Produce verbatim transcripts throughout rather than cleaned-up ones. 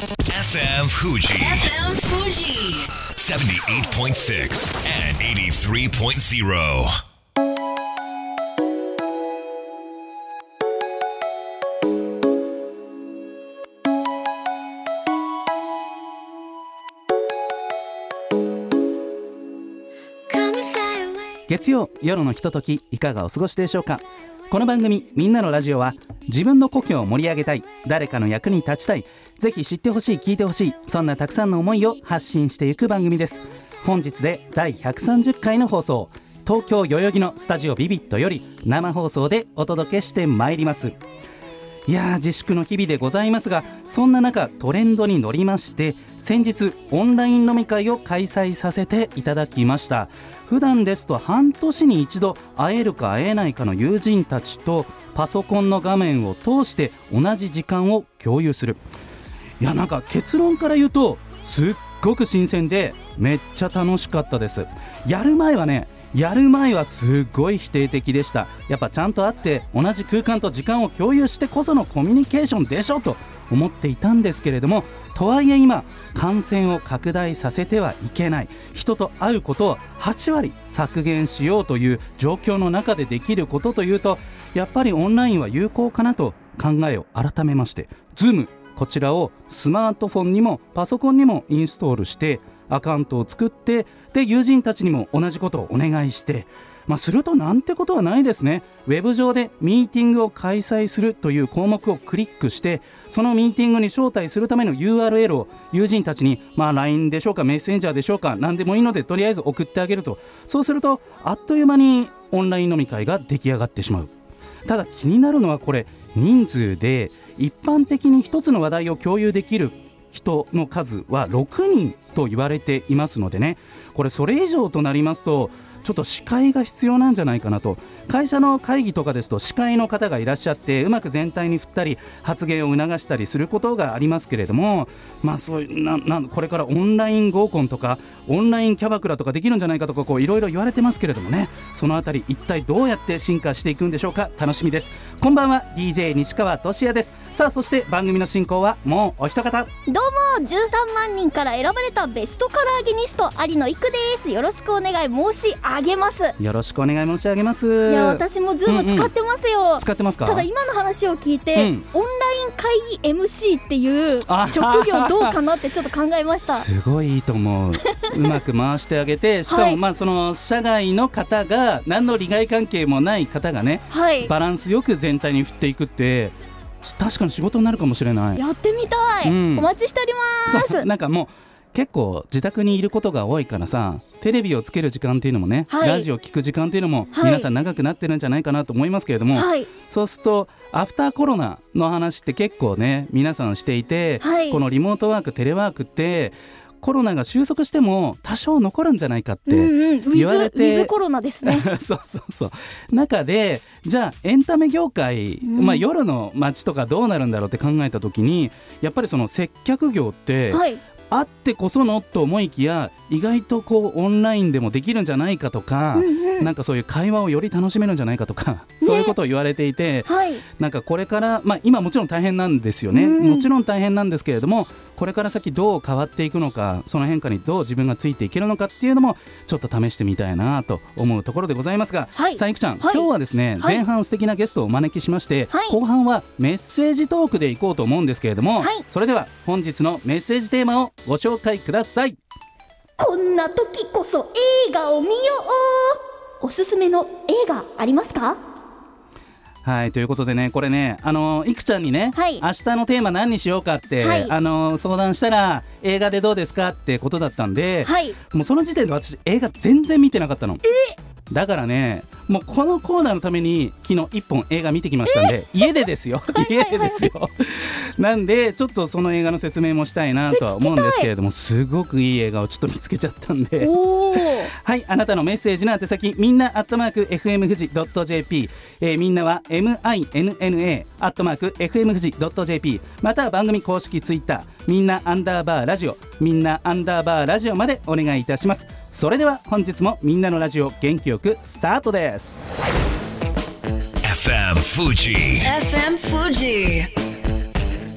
エフエム Fuji エフエム Fuji セブンティーエイトポイントシックス and エイティースリーポイントゼロ。 月曜夜のひととき、いかがお過ごしでしょうか。この番組みんなのラジオは、自分の故郷を盛り上げたい、誰かの役に立ちたい、ぜひ知ってほしい、聞いてほしい、そんなたくさんの思いを発信していく番組です。本日でだいひゃくさんじゅっかいの放送、東京代々木のスタジオビビットより生放送でお届けしてまいります。いやー、自粛の日々でございますが、そんな中トレンドに乗りまして、先日オンライン飲み会を開催させていただきました。普段ですと半年に一度会えるか会えないかの友人たちとパソコンの画面を通して同じ時間を共有する。いや、なんか結論から言うとすっごく新鮮でめっちゃ楽しかったです。やる前はねやる前はすごい否定的でした。やっぱちゃんと会って同じ空間と時間を共有してこそのコミュニケーションでしょと思っていたんですけれども、とはいえ今感染を拡大させてはいけない、人と会うことをはちわり削減しようという状況の中でできることというと、やっぱりオンラインは有効かなと考えを改めまして、 Zoom こちらをスマートフォンにもパソコンにもインストールしてアカウントを作って、で友人たちにも同じことをお願いして、まあ、するとなんてことはないですね。ウェブ上でミーティングを開催するという項目をクリックして、そのミーティングに招待するための ユーアールエル を友人たちに、まあ、ライン でしょうか、メッセンジャーでしょうか、何でもいいのでとりあえず送ってあげると。そうするとあっという間にオンライン飲み会が出来上がってしまう。ただ気になるのはこれ人数で、一般的に一つの話題を共有できる人の数はろくにんと言われていますのでね、これそれ以上となりますとちょっと司会が必要なんじゃないかなと。会社の会議とかですと司会の方がいらっしゃってうまく全体に振ったり発言を促したりすることがありますけれども、まあそういうななこれからオンライン合コンとかオンラインキャバクラとかできるんじゃないかとか、こういろいろ言われてますけれどもね、そのあたり一体どうやって進化していくんでしょうか。楽しみです。こんばんは、 ディージェー 西川俊也です。さあ、そして番組の進行はもうお一方。 どうもじゅうさんまんにんから選ばれたベストカラーゲニスト有野いくです。よろしくお願い申し上げます。 よろしくお願い申し上げます。 いや、私も Zoom 使ってますよ、うんうん、 使ってますか。 ただ今の話を聞いて、うん、オンライン会議 エムシー っていう職業どうかなってちょっと考えました。 すごいいいと思う。うまく回してあげて、しかも、はい、まあその社外の方が何の利害関係もない方がね、はい、バランスよく全体に振っていくって確かに仕事になるかもしれない。 やってみたい、うん、お待ちしております。 そう、なんかもう結構自宅にいることが多いからさ、テレビをつける時間っていうのもね、はい、ラジオ聞く時間っていうのも皆さん長くなってるんじゃないかなと思いますけれども、はい、そうするとアフターコロナの話って結構ね皆さんしていて、はい、このリモートワーク、テレワークってコロナが収束しても多少残るんじゃないかって言われて、うんうん、ウィズ、ウィズコロナですねそうそうそう。中でじゃあエンタメ業界、うん、まあ、夜の街とかどうなるんだろうって考えた時に、やっぱりその接客業って、はい、あってこそのと思いきや、意外とこうオンラインでもできるんじゃないかとか、うんうん、なんかそういう会話をより楽しめるんじゃないかとか、ね、そういうことを言われていて、はい、なんかこれから、まあ、今もちろん大変なんですよね、うん、もちろん大変なんですけれども、これから先どう変わっていくのか、その変化にどう自分がついていけるのかっていうのもちょっと試してみたいなと思うところでございますが、はい、さあいくちゃん、はい、今日はですね、はい、前半素敵なゲストをお招きしまして、はい、後半はメッセージトークでいこうと思うんですけれども、はい、それでは本日のメッセージテーマをご紹介ください。 こんな時こそ映画を見よう。おすすめの映画ありますか？ はい、ということでね、これね、あのいくちゃんにね、はい、明日のテーマ何にしようかって、はい、あの相談したら映画でどうですかってことだったんで、はい、もうその時点で私映画全然見てなかったの。えだからね、もうこのコーナーのために昨日いっぽん映画見てきましたんで、家でですよ家でですよなんでちょっとその映画の説明もしたいなとは思うんですけれども、すごくいい映画をちょっと見つけちゃったんでおはい、あなたのメッセージの宛先、みんなアットマーク エフエムフジドットジェーピー、えー、みんなは エムアイエヌエヌエー アットマーク エフエムフジドットジェーピー、 または番組公式ツイッター、みんなアンダーバーラジオ、みんなアンダーバーラジオまでお願いいたします。それでは本日もみんなのラジオ元気よくスタートです。 エフエム Fuji エフエム Fuji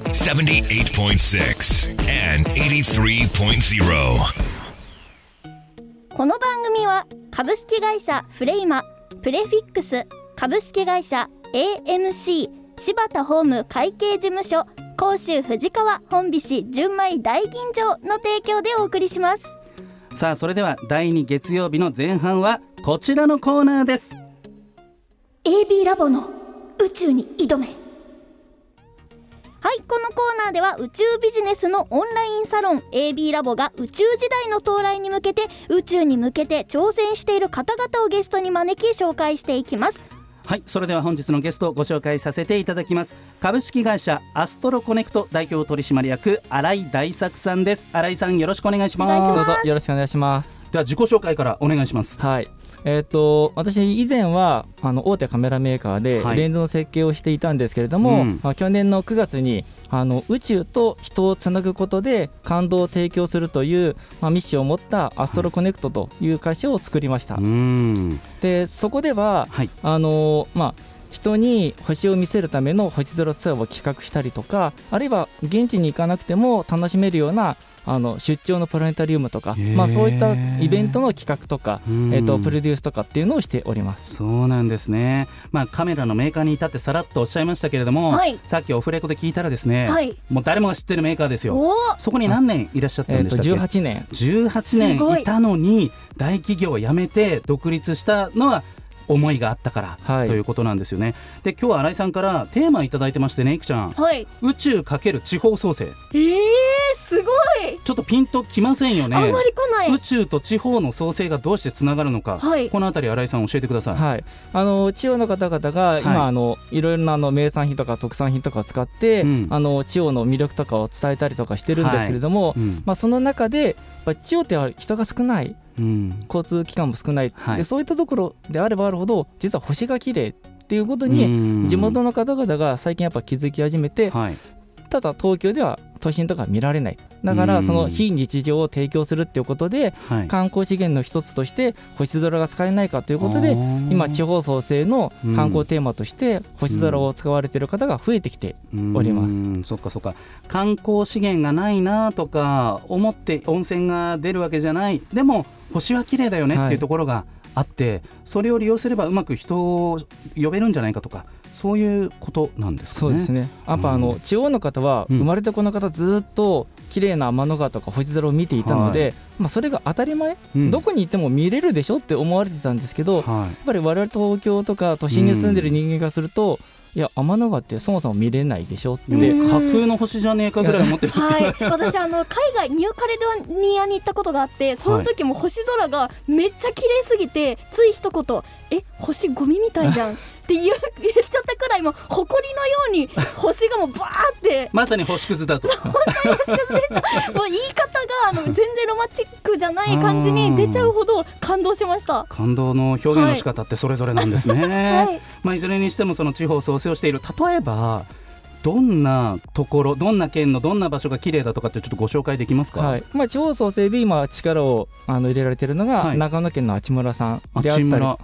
セブンティーエイトポイントシックス and エイティスリーポイントゼロ。 この番組は株式会社フレイマ、プレフィックス、株式会社 エーエヌシー、柴田法務会計事務所、甲州藤川本菱純米大吟醸の提供でお送りします。 さあそれではだいに月曜日の前半はこちらのコーナーです。 エービー ラボの宇宙に挑め。はい、このコーナーでは宇宙ビジネスのオンラインサロン エービー ラボが宇宙時代の到来に向けて宇宙に向けて挑戦している方々をゲストに招き紹介していきます。 はい、それでは本日のゲストをご紹介させていただきます。株式会社アストロコネクト代表取締役新井大作さんです。新井さん、よろしくお願いします。 お願いします。 どうぞよろしくお願いします。 では自己紹介からお願いします。 はい、えー、と私以前はあの大手カメラメーカーでレンズの設計をしていたんですけれども、はい、まあ、去年のくがつにあの宇宙と人をつなぐことで感動を提供するという、まあ、ミッションを持ったアストロコネクトという会社を作りました、はい、うーんでそこでは、はい、あのまあ人に星を見せるための星空ツアーを企画したりとか、あるいは現地に行かなくても楽しめるようなあの出張のプラネタリウムとか、まあ、そういったイベントの企画とか、えー、とプロデュースとかっていうのをしております。 そうなんですね、まあ、カメラのメーカーに至ってさらっとおっしゃいましたけれども、はい、さっきオフレコで聞いたらですね、はい、もう誰もが知ってるメーカーですよ。そこに何年いらっしゃったんでしたっけ？ えー、とじゅうはちねんじゅうはちねんいたのに大企業を辞めて独立したのは思いがあったから、はい、ということなんですよね。で今日は新井さんからテーマいただいてましてね、いくちゃん、はい、宇宙×地方創生。 えー、すごい。 ちょっとピンときませんよね。 あんまり来ない。 宇宙と地方の創生がどうしてつながるのか、はい、このあたり新井さん教えてください。 はい、あの地方の方々が今、はい、あのいろいろなあの名産品とか特産品とかを使って、うん、あの地方の魅力とかを伝えたりとかしてるんですけれども、はい、うん、まあ、その中で地方って人が少ない、うん、交通機関も少ない、はい、でそういったところであればあるほど実は星が綺麗っていうことに地元の方々が最近やっぱ気づき始めて、はい、ただ東京では都心とか見られない。だからその非日常を提供するっていうことで、はい、観光資源の一つとして星空が使えないかということで今地方創生の観光テーマとして星空を使われている方が増えてきております。 うんうん、そっかそっか。観光資源がないなとか思って温泉が出るわけじゃない、でも星は綺麗だよねっていうところがあって、はい、それを利用すればうまく人を呼べるんじゃないかとか、そういうことなんですかね。 そうですね。やっぱあの、うん、地方の方は生まれてこの方ずっと綺麗な天の川とか星空を見ていたので、はい、まあ、それが当たり前、うん、どこに行っても見れるでしょって思われてたんですけど、はい、やっぱり我々東京とか都心に住んでる人間がすると、うん、いや天の川ってそもそも見れないでしょって、 架空の星じゃねえかぐらい思ってるんですけど、 はい、私あの海外ニューカレドニアに行ったことがあって、その時も星空がめっちゃ綺麗すぎて、つい一言え星ゴミみたいじゃんって言っちゃったくらい、もう埃のように星がもうバーってまさに星屑だと。 本当に星屑でした。もう言い方があの全然ロマンチックじゃない感じに出ちゃうほど感動しました。 感動の表現の仕方ってそれぞれなんですね。はい、まあ、いずれにしてもその地方創生をしている、例えばどんなところ、どんな県のどんな場所が綺麗だとかってちょっとご紹介できますか？ はい、まあ、地方創生で今力をあの入れられているのが、はい、長野県の阿智村さんであったり、はい、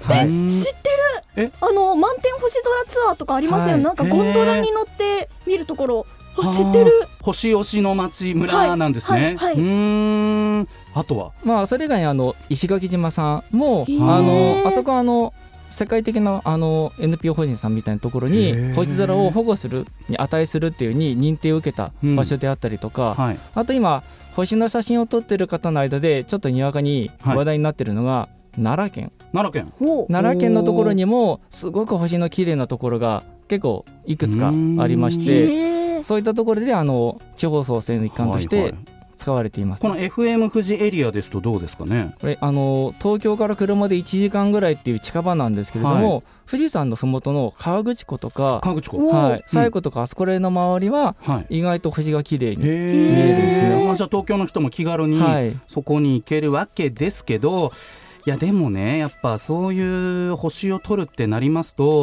え知ってる？えあの満天星空ツアーとかありますよ、はい、なんかゴンドラに乗って見るところ、知ってる？ 星推しの町村なんですね。はいはいはい、うーん、あとは、 まあ、それ以外にあの石垣島さんもあのあそこはあの世界的なあの エヌピーオー 法人さんみたいなところに星空を保護するに値するっていうに認定を受けた場所であったりとか、うんはい、あと今星の写真を撮ってる方の間でちょっとにわかに話題になってるのが、はい、奈良県奈良県奈良県のところにもすごく星の綺麗なところが結構いくつかありまして、そういったところであの地方創生の一環として、はいはい、使われています。 この エフエム 富士エリアですとどうですかね。 これあの東京から車でいちじかんぐらいっていう近場なんですけれども、はい、富士山のふもとの河口湖とか河口湖、 はい、西湖とかあそこら辺の周りは、はい、意外と星が綺麗に見えるんですよ。 あ、じゃあ東京の人も気軽にそこに行けるわけですけど、はい、いやでもね、やっぱそういう星を撮るってなりますと、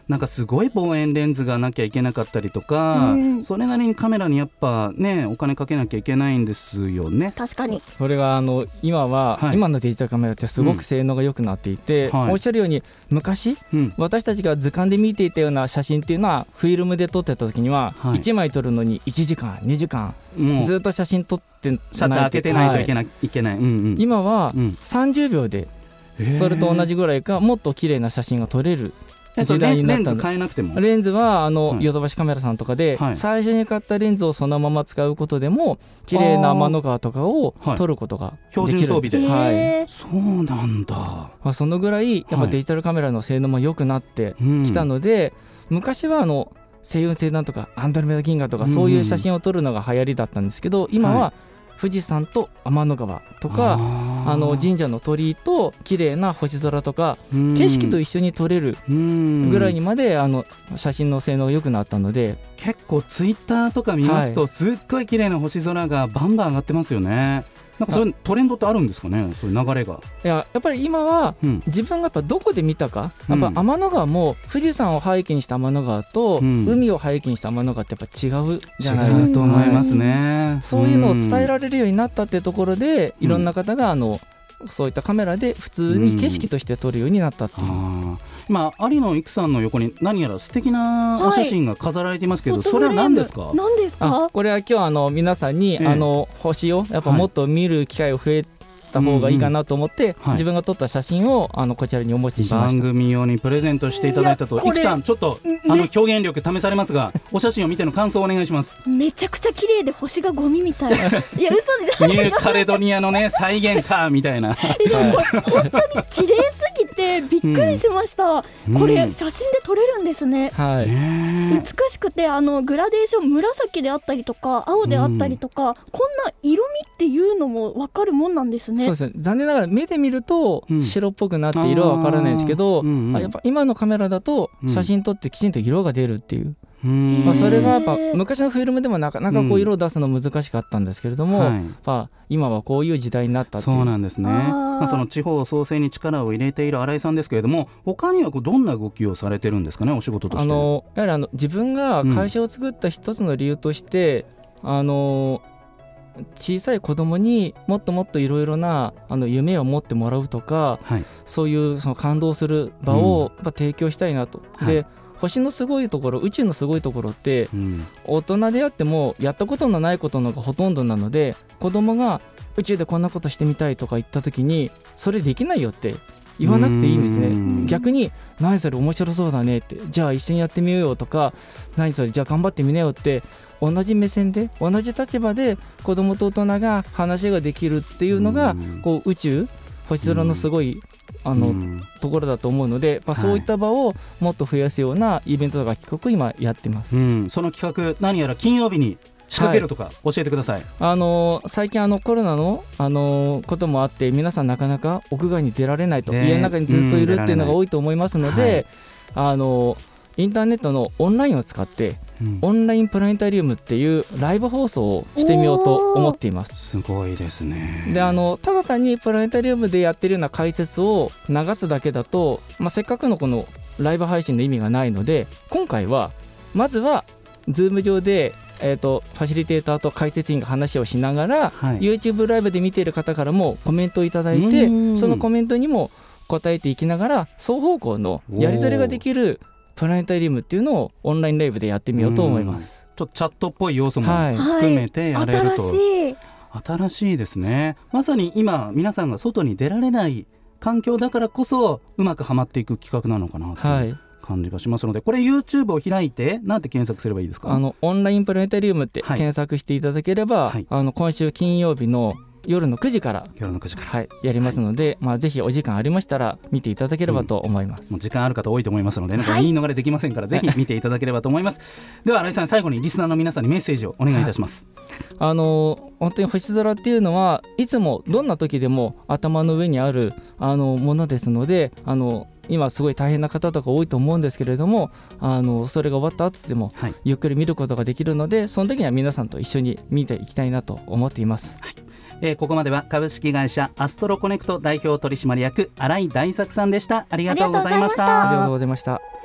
なんかすごい望遠レンズがなきゃいけなかったりとか、うん、それなりにカメラにやっぱねお金かけなきゃいけないんですよね。 確かにそれがあの今は、はい、今のデジタルカメラってすごく性能が良くなっていて、うんはい、おっしゃるように昔、うん、私たちが図鑑で見ていたような写真っていうのはフィルムで撮ってた時には、はい、いちまい撮るのにいちじかんにじかんずっと写真撮ってないシャッター開けてないといけない、はい、いけない、うんうん、 今はさんじゅうびょうでそれと同じぐらいかもっと綺麗な写真が撮れる時代になった。 レンズ変えなくてもレンズはあのヨドバシカメラさんとかで、はい、最初に買ったレンズをそのまま使うことでも綺麗な天の川とかを撮ることができる、 標準装備で、 はい、 そうなんだ、 まあ、そのぐらいやっぱデジタルカメラの性能も良くなってきたので、はいうん、昔はあの星雲星団とかアンドロメダ銀河とかそういう写真を撮るのが流行りだったんですけど、今は、はい富士山と天の川とか あ, あの神社の鳥居と綺麗な星空とか景色と一緒に撮れるぐらいにまであの写真の性能が良くなったので、 結構ツイッターとか見ますと、はい、すっごい綺麗な星空がバンバン上がってますよね。なんかそういうトレンドってあるんですかね、そういう流れが。 いや、やっぱり今は自分がやっぱどこで見たか、うん、やっぱ天の川も富士山を背景にした天の川と、うん、海を背景にした天の川ってやっぱ違うじゃないですか。 違うと思いますね、 はい、そういうのを伝えられるようになったっていうところで、うん、いろんな方があのそういったカメラで普通に景色として撮るようになったっていう、うん、 今有野育さんの横に何やら素敵なお写真が飾られていますけど、はい、それは何ですか？ 何ですか？ これは今日あの皆さんに、ええ、あの星をやっぱもっと見る機会を増えた方がいいかなと思って、うんうんはい、自分が撮った写真をあのこちらにお持ちしました。 番組用にプレゼントしていただいたと。いくちゃんちょっと、ね、あの表現力試されますがお写真を見ての感想をお願いします。 めちゃくちゃ綺麗で星がゴミみたいいや嘘でニューカレドニアのね再現かみたいなえでもこれ本当に綺麗すぎてびっくりしました、うん、これ写真で撮れるんですね、 はい、 美しくてあのグラデーション紫であったりとか青であったりとか、うん、こんな色味っていうのも分かるもんなんですね。 そうですね、残念ながら目で見ると白っぽくなって色は分からないんですけど、うん、あやっぱ今のカメラだと写真撮ってきちんと色が出るっていう、うんまあ、それがやっぱ昔のフィルムでもなかなかこう色を出すの難しかったんですけれども、うんはい、やっぱ今はこういう時代になったっていう。 そうなんですね。まあ、その地方創生に力を入れている新井さんですけれども、他にはこうどんな動きをされてるんですかね、お仕事として。 あのやはりあの自分が会社を作った一つの理由として、うん、あの小さい子供にもっともっといろいろなあの夢を持ってもらうとか、はい、そういうその感動する場をやっぱ提供したいなと、うん、で、はい、星のすごいところ、宇宙のすごいところって、うん、大人であってもやったことのないことのがほとんどなので、子供が宇宙でこんなことしてみたいとか言った時にそれできないよって言わなくていいんですね。逆に何それ面白そうだねって、じゃあ一緒にやってみようよとか、何それじゃあ頑張ってみなよって同じ目線で同じ立場で子供と大人が話ができるっていうのがこう宇宙星空のすごいあのところだと思うので、まあ、そういった場をもっと増やすようなイベントとか企画を今やってます、 うん、その企画何やら金曜日に仕掛けるとか教えてください。はい、 あのー、最近あのコロナの、あのー、こともあって皆さんなかなか屋外に出られないと、ね、家の中にずっといるっていうのが多いと思いますので、うんはい、あのー、インターネットのオンラインを使ってうん、オンラインプラネタリウムっていうライブ放送をしてみようと思っています。 すごいですね。 であのただ単にプラネタリウムでやってるような解説を流すだけだと、まあ、せっかくのこのライブ配信の意味がないので、今回はまずはズーム上で、えーと、ファシリテーターと解説員が話をしながら、はい、YouTube ライブで見ている方からもコメントをいただいて、そのコメントにも答えていきながら双方向のやり取りができるプラネタリウムっていうのをオンラインライブでやってみようと思います。 ちょっとチャットっぽい要素も含めてやれると、 はい、新しい新しいですね。まさに今皆さんが外に出られない環境だからこそうまくはまっていく企画なのかなという感じがしますので、これ YouTube を開いてなんて検索すればいいですか？ あのオンラインプラネタリウムって検索していただければ、はい、あの今週金曜日の夜のくじから夜のくじから、 はい、やりますので、はい、まあ、ぜひお時間ありましたら見ていただければと思います、 うん、もう時間ある方多いと思いますので、ね、はい、言い逃れできませんからぜひ見ていただければと思いますでは新井さん、最後にリスナーの皆さんにメッセージをお願いいたします。 はい、あの本当に星空っていうのはいつもどんな時でも頭の上にあるあのものですので、あの今すごい大変な方とか多いと思うんですけれども、あのそれが終わった後でもゆっくり見ることができるので、はい、その時には皆さんと一緒に見ていきたいなと思っています。 はい、えー、ここまでは株式会社アストロコネクト代表取締役新井大作さんでした。ありがとうございました。 ありがとうございました。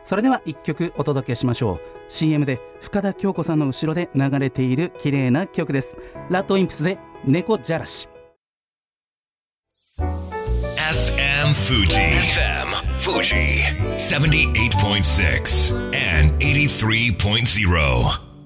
それではいっきょくお届けしましょう。 シーエム で深田恭子さんの後ろで流れている綺麗な曲です。ラッドインプスで猫じゃらし。 エフエム Fuji エフエム Fuji セブンティーエイトポイントシックス and エイティスリーポイントゼロ。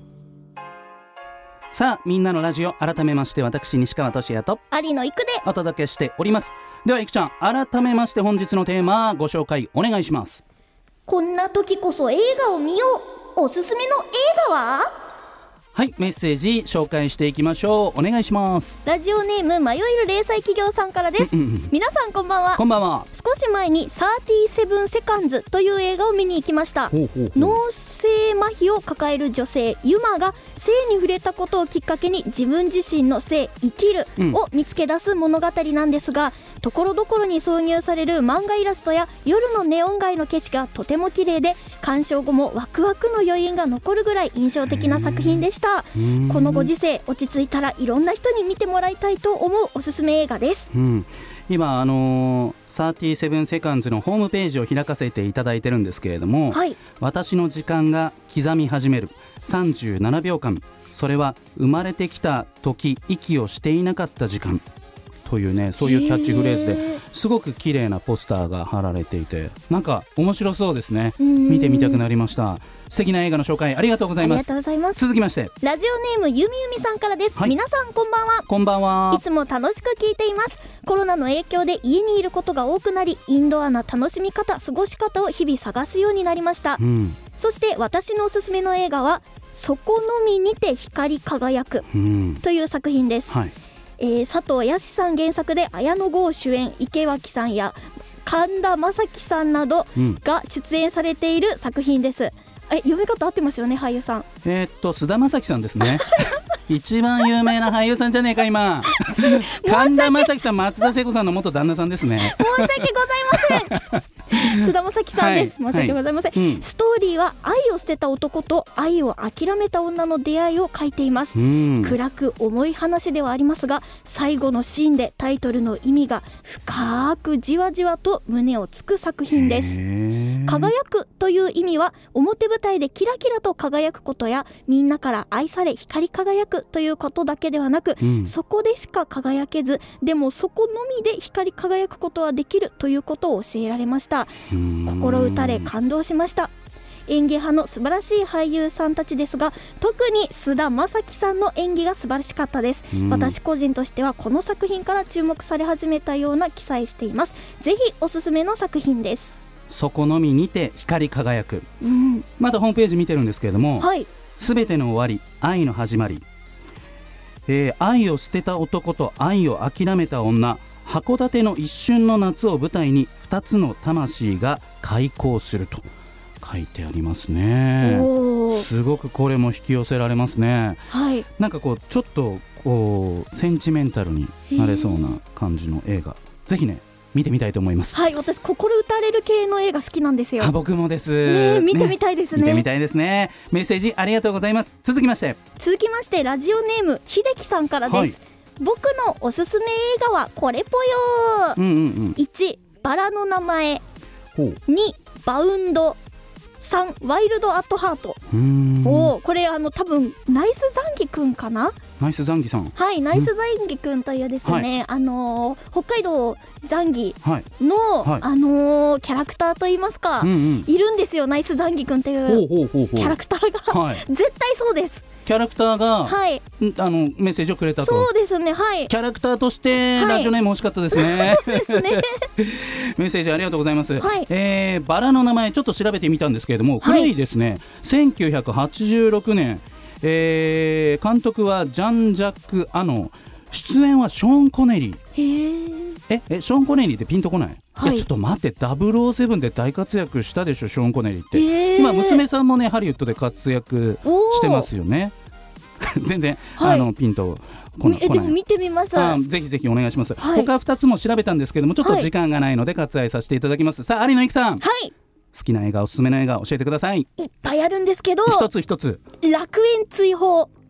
さあみんなのラジオ、改めまして私西川俊也と有野いくでお届けしております。ではいくちゃん、改めまして本日のテーマご紹介お願いします。 こんな時こそ映画を見よう、おすすめの映画は？ はい、メッセージ紹介していきましょう。お願いします。 ラジオネーム迷える零細企業さんからです。皆さんこんばんは。 こんばんは。 少し前にサーティーセブンセカンズという映画を見に行きました。 ほうほうほう。 脳性麻痺を抱える女性ユマが性に触れたことをきっかけに自分自身の性生きるを見つけ出す物語なんですが、ところどころに挿入される漫画イラストや夜のネオン街の景色がとても綺麗で、鑑賞後もワクワクの余韻が残るぐらい印象的な作品でした。このご時世落ち着いたらいろんな人に見てもらいたいと思うおすすめ映画です。 うん、今あのー、サーティーセブンセカンズのホームページを開かせていただいてるんですけれども、 はい、 私の時間が刻み始めるさんじゅうななびょうかん、それは生まれてきた時息をしていなかった時間というね、そういうキャッチフレーズですごく綺麗なポスターが貼られていて、なんか面白そうですね。見てみたくなりました。素敵な映画の紹介ありがとうございます。 ありがとうございます。 続きましてラジオネームゆみゆみさんからです、はい、皆さんこんばんは。 こんばんは。 いつも楽しく聞いています。コロナの影響で家にいることが多くなり、インドアな楽しみ方過ごし方を日々探すようになりました、うん、そして私のおすすめの映画はそこのみにて光り輝く、うん、という作品です、はい、えー、佐藤康さん原作で綾野剛主演、池脇さんや神田正輝さんなどが出演されている作品です、うん、え、読み方合ってますよね、俳優さん。 えー、っと菅田将暉さんですね一番有名な俳優さんじゃねえか今神田正輝さん、松田聖子さんの元旦那さんですね。 申し訳ございません菅田将暉さんです、はい、申し訳ございません、はい、うん、ストーリーは愛を捨てた男と愛を諦めた女の出会いを書いています、うん、暗く重い話ではありますが、最後のシーンでタイトルの意味が深くじわじわと胸をつく作品です。輝くという意味は表舞台でキラキラと輝くことや、みんなから愛され光り輝くということだけではなく、うん、そこでしか輝けず、でもそこのみで光り輝くことはできるということを教えられました。心打たれ感動しました。演技派の素晴らしい俳優さんたちですが、特に菅田将暉さんの演技が素晴らしかったです。私個人としてはこの作品から注目され始めたような記載しています。ぜひおすすめの作品です。 そこのみにて光り輝く、うん、まだホームページ見てるんですけれども、はい、全ての終わり、愛の始まり、えー、愛を捨てた男と愛を諦めた女、函館の一瞬の夏を舞台にふたつの魂が開口すると書いてありますね。すごくこれも引き寄せられますね、はい、なんかこうちょっとこうセンチメンタルになれそうな感じの映画、ぜひね見てみたいと思います。 はい、私心打たれる系の映画好きなんですよ。 あ、僕もです、 ね、見てみたいです ね, ね見てみたいですね。メッセージありがとうございます。続きまして続きましてラジオネーム秀樹さんからです、はい、僕のおすすめ映画はこれぽよ、うんうんうん、いちバラの名前、にバウンド、さんワイルドアットハート。うーん、おこれあの多分ナイスザンギくんかな。 ナイスザンギさん、 はい、ナイスザンギくんというですね、はい、あのー、北海道ザンギの、はいはい、あのー、キャラクターといいますか、うんうん、いるんですよ。ナイスザンギくんというキャラクターが、はい、絶対そうです。 キャラクターが、はい、あのメッセージをくれたと。 そうですね、はい、 キャラクターとしてラジオネーム欲しかったですね、 はい、そうですねメッセージありがとうございます、はい、えー、バラの名前ちょっと調べてみたんですけれども、古いですね、はい、せんきゅうひゃくはちじゅうろくねん、えー、監督はジャン・ジャック・アノ、出演はショーン・コネリー。へええショーン・コネリーってピンとこない？はい、いやちょっと待って、ダブルオーセブンで大活躍したでしょショーン・コネリーって。今娘さんもねハリウッドで活躍してますよね全然、はい、あのピンとこなえでも見てみます。 あぜひぜひお願いします、はい、他ふたつも調べたんですけどもちょっと時間がないので割愛させていただきます、はい、さあ有野いくさん、はい、好きな映画おすすめの映画教えてください。 いっぱいあるんですけど一つ一つ。 楽園追放。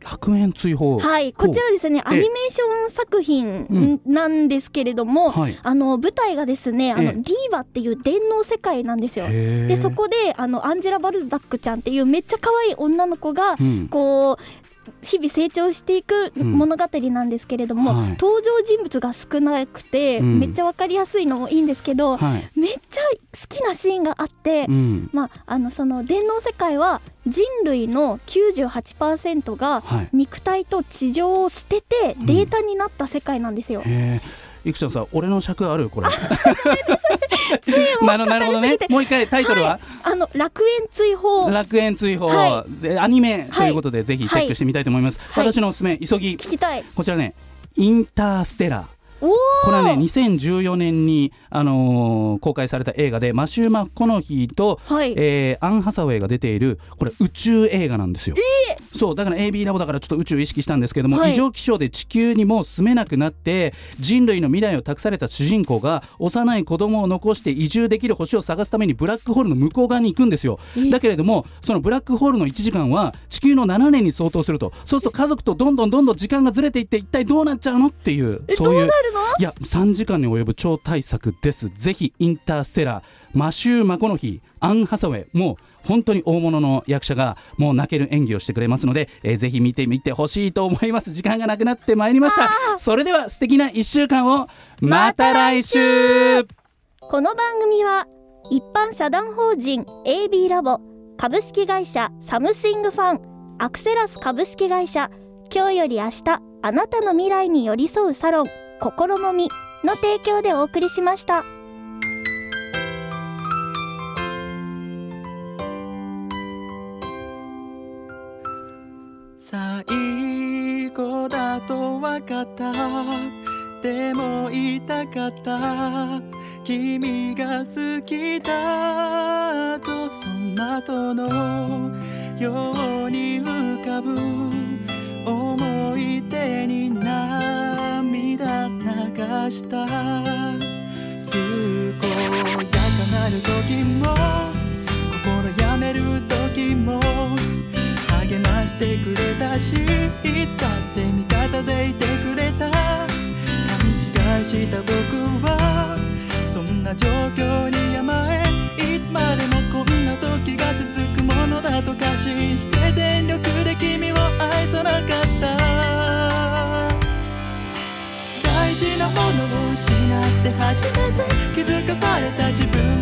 楽園追放。 はい、こちらですねアニメーション作品なんですけれども、うんはい、あの舞台がですねあのディーバっていう電脳世界なんですよ。でそこであのアンジェラ・バルザックちゃんっていうめっちゃ可愛い女の子が、うん、こう日々成長していく物語なんですけれども、うんはい、登場人物が少なくて、うん、めっちゃ分かりやすいのもいいんですけど、はい、めっちゃ好きなシーンがあって、うんまあ、あのその電脳世界は人類の きゅうじゅうはちパーセント が肉体と地上を捨ててデータになった世界なんですよ、うん、 へーいくちゃんさ俺の尺あるこれついもう語りすぎてなるほどね。もう一回タイトルは、はい、 あの楽園追放楽園追放、はい、アニメということで、はい、ぜひチェックしてみたいと思います、はい、私のおすすめ急ぎ聞きたいこちらねインターステラーこれはねにせんじゅうよねんに、あのー、公開された映画でマシュー・マッコノヒーと、はいえー、アン・ハサウェイが出ているこれ宇宙映画なんですよ、えー、そうだから エービー ラボだからちょっと宇宙を意識したんですけども、はい、異常気象で地球にも住めなくなって人類の未来を託された主人公が幼い子供を残して移住できる星を探すためにブラックホールの向こう側に行くんですよ。だけれどもそのブラックホールのいちじかんは地球のななねんに相当すると。そうすると家族とどんどんどんどん時間がずれていって一体どうなっちゃうのっていうえそういうどうなるのいやさんじかんに及ぶ超大作です。ぜひインターステラーマシュー・マコノヒーアン・ハサウェイもう本当に大物の役者がもう泣ける演技をしてくれますので、えー、ぜひ見てみてほしいと思います。時間がなくなってまいりました。それでは素敵ないっしゅうかんをまた来週。 この番組は一般社団法人 エービー ラボ株式会社サムシングファンアクセラス株式会社今日より明日あなたの未来に寄り添うサロン心もみの提供でお送りしました。 最後だと分かったでも言いたかった君が好きだとその後のように浮かぶ思い出に涙流した健やかなる時も心やめる時も励ましてくれたしいつだって味方でいてくれた勘違いした僕はそんな状況に甘えいつまでもこんな時が続くものだと過信して全力で君を愛さなかった大事なものを失って初めて気づかされた自分